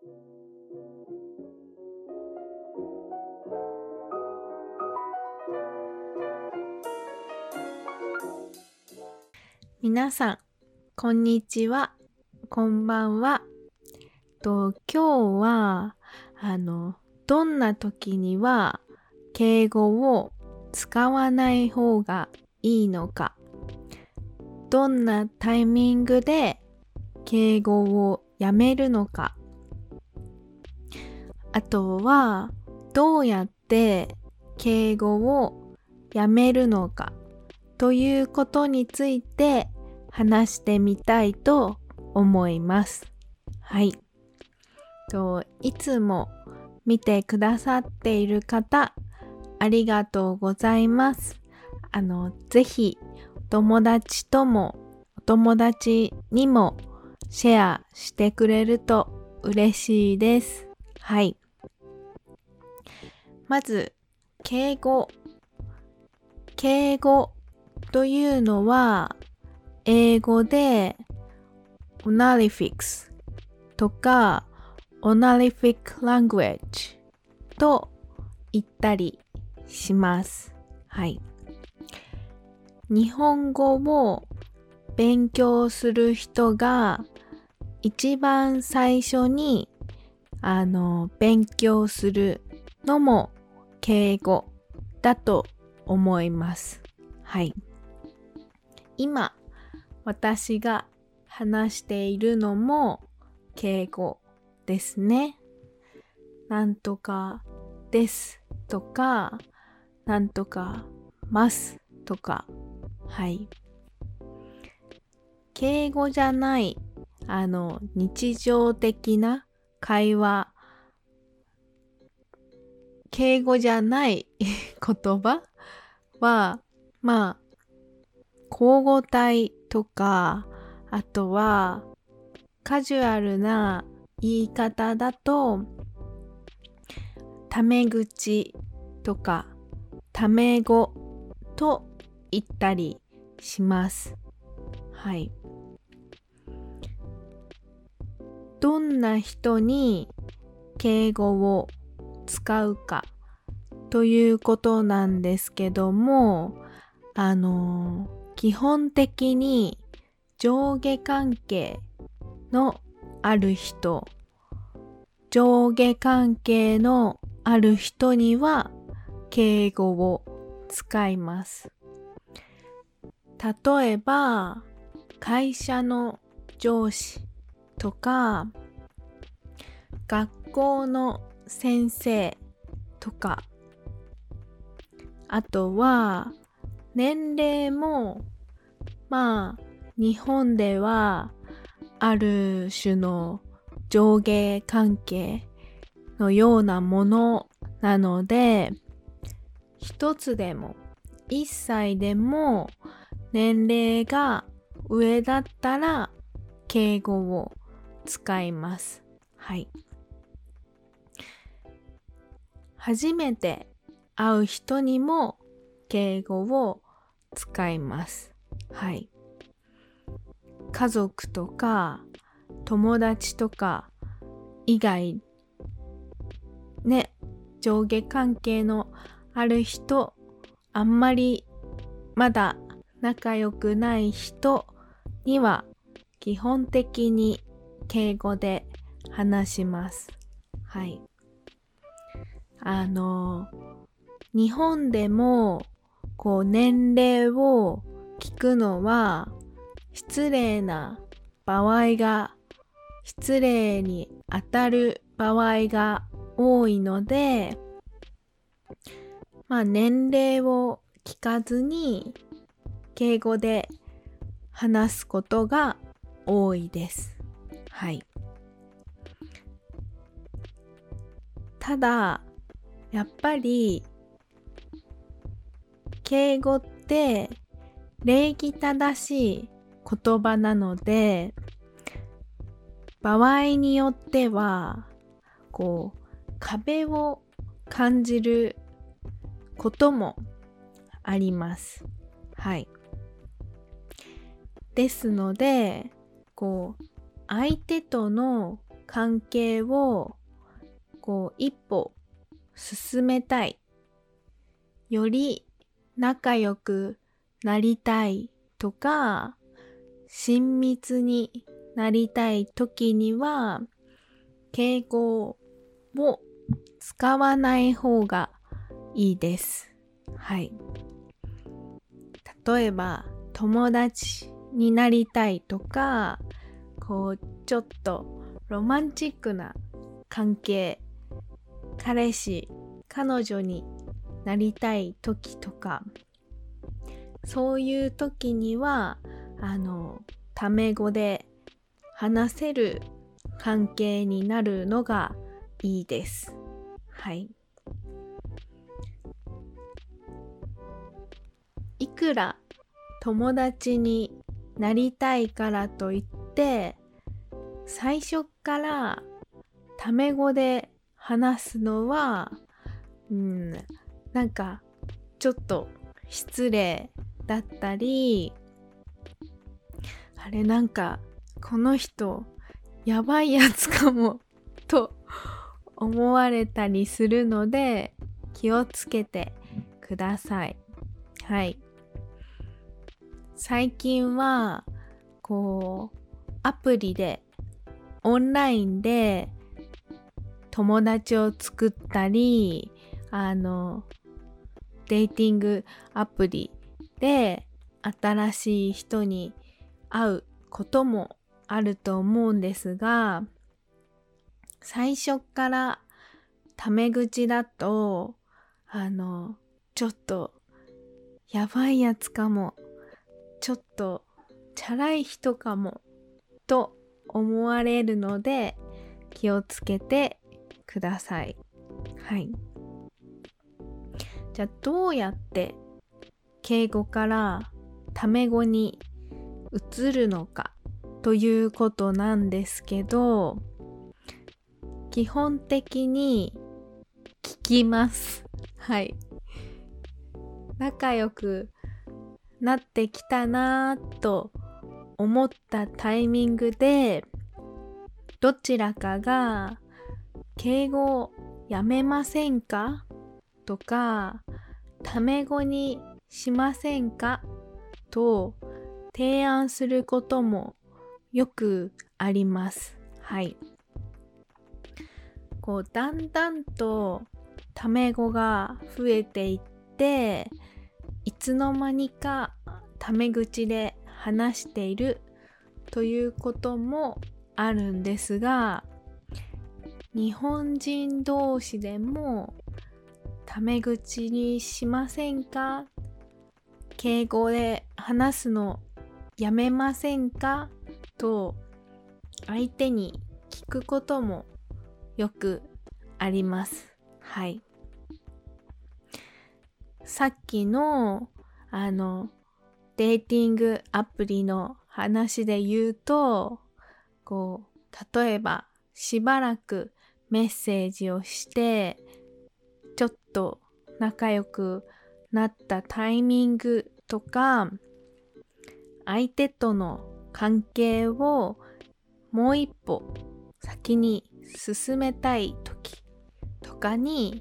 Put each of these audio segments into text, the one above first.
皆さん、こんにちは、こんばんは。今日は、どんな時には敬語を使わない方がいいのか、どんなタイミングで敬語をやめるのか、あとは、どうやって敬語をやめるのかということについて話してみたいと思います。はい。いつも見てくださっている方、ありがとうございます。ぜひお友達にもシェアしてくれると嬉しいです。はい。まず、敬語というのは、英語で honorifics とか honorific language と言ったりします。はい。日本語を勉強する人が一番最初に勉強するのも敬語だと思います。はい。今、私が話しているのも敬語ですね。なんとかですとか、なんとかますとか、はい。敬語じゃない、日常的な会話、敬語じゃない言葉は、口語体とか、あとはカジュアルな言い方だと、タメ口とかタメ語と言ったりします。はい。どんな人に敬語を使うかということなんですけども、基本的に上下関係のある人には敬語を使います。例えば、会社の上司とか、学校の先生とか、あとは年齢も日本ではある種の上下関係のようなものなので、一つでも一歳でも年齢が上だったら敬語を使います。はい。初めて会う人にも敬語を使います。はい。家族とか友達とか以外ね、上下関係のある人、あんまりまだ仲良くない人には基本的に敬語で話します。はい。日本でも年齢を聞くのは失礼に当たる場合が多いので、年齢を聞かずに敬語で話すことが多いです。はい。ただ、やっぱり敬語って礼儀正しい言葉なので、場合によっては壁を感じることもあります。はい。ですので、相手との関係を一歩進めたい、より仲良くなりたいとか、親密になりたい時には、敬語を使わない方がいいです。はい。例えば、友達になりたいとか、ちょっとロマンチックな関係、彼氏、彼女になりたい時とか、そういう時には、タメ語で話せる関係になるのがいいです。はい。いくら友達になりたいからといって、最初からタメ語で話すのは、なんかちょっと失礼だったり、あれなんかこの人やばいやつかもと思われたりするので気をつけてください。はい。最近はアプリでオンラインで友達を作ったり、デーティングアプリで新しい人に会うこともあると思うんですが、最初からタメ口だと、ちょっとやばいやつかも、ちょっとチャラい人かもと思われるので気をつけてください。はい。じゃあどうやって敬語からタメ語に移るのかということなんですけど、基本的に聞きます。はい。仲良くなってきたなぁと思ったタイミングで、どちらかが敬語をやめませんかとか、タメ語にしませんかと提案することもよくあります。はい。だんだんとタメ語が増えていって、いつの間にかタメ口で話しているということもあるんですが、日本人同士でもタメ口にしませんか？敬語で話すのやめませんか？と相手に聞くこともよくあります。はい。さっきのデーティングアプリの話で言うと、例えばしばらくメッセージをしてちょっと仲良くなったタイミングとか、相手との関係をもう一歩先に進めたい時とかに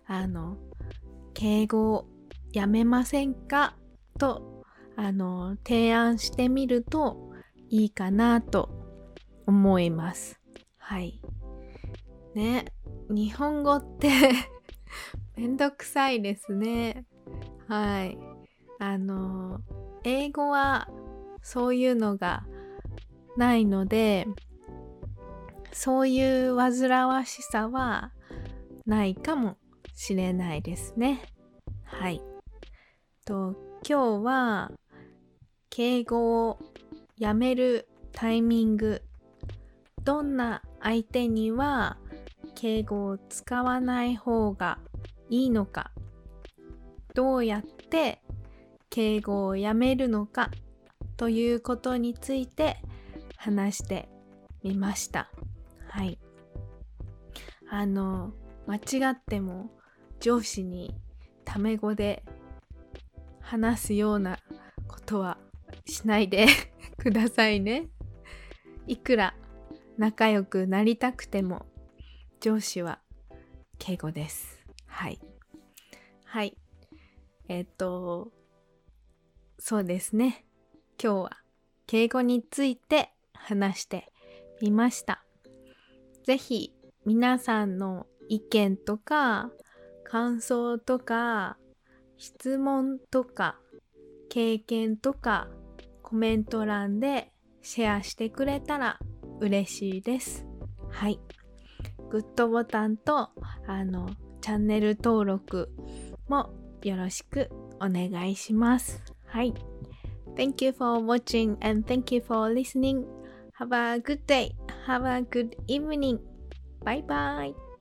敬語をやめませんかと提案してみるといいかなと思います。はい。ね、日本語ってめんどくさいですね。はい。英語はそういうのがないので、そういう煩わしさはないかもしれないですね。はい。今日は敬語をやめるタイミング、どんな相手には敬語を使わない方がいいのか、どうやって敬語をやめるのかということについて話してみました。はい。間違っても上司にタメ語で話すようなことはしないでくださいね。いくら仲良くなりたくても上司は敬語です。はい。はい。そうですね。今日は敬語について話してみました。ぜひ皆さんの意見とか感想とか質問とか経験とかコメント欄でシェアしてくれたら嬉しいです。はい。グッドボタンとチャンネル登録もよろしくお願いします。はい。Thank you for watching and thank you for listening. Have a good day. Have a good evening. Bye bye.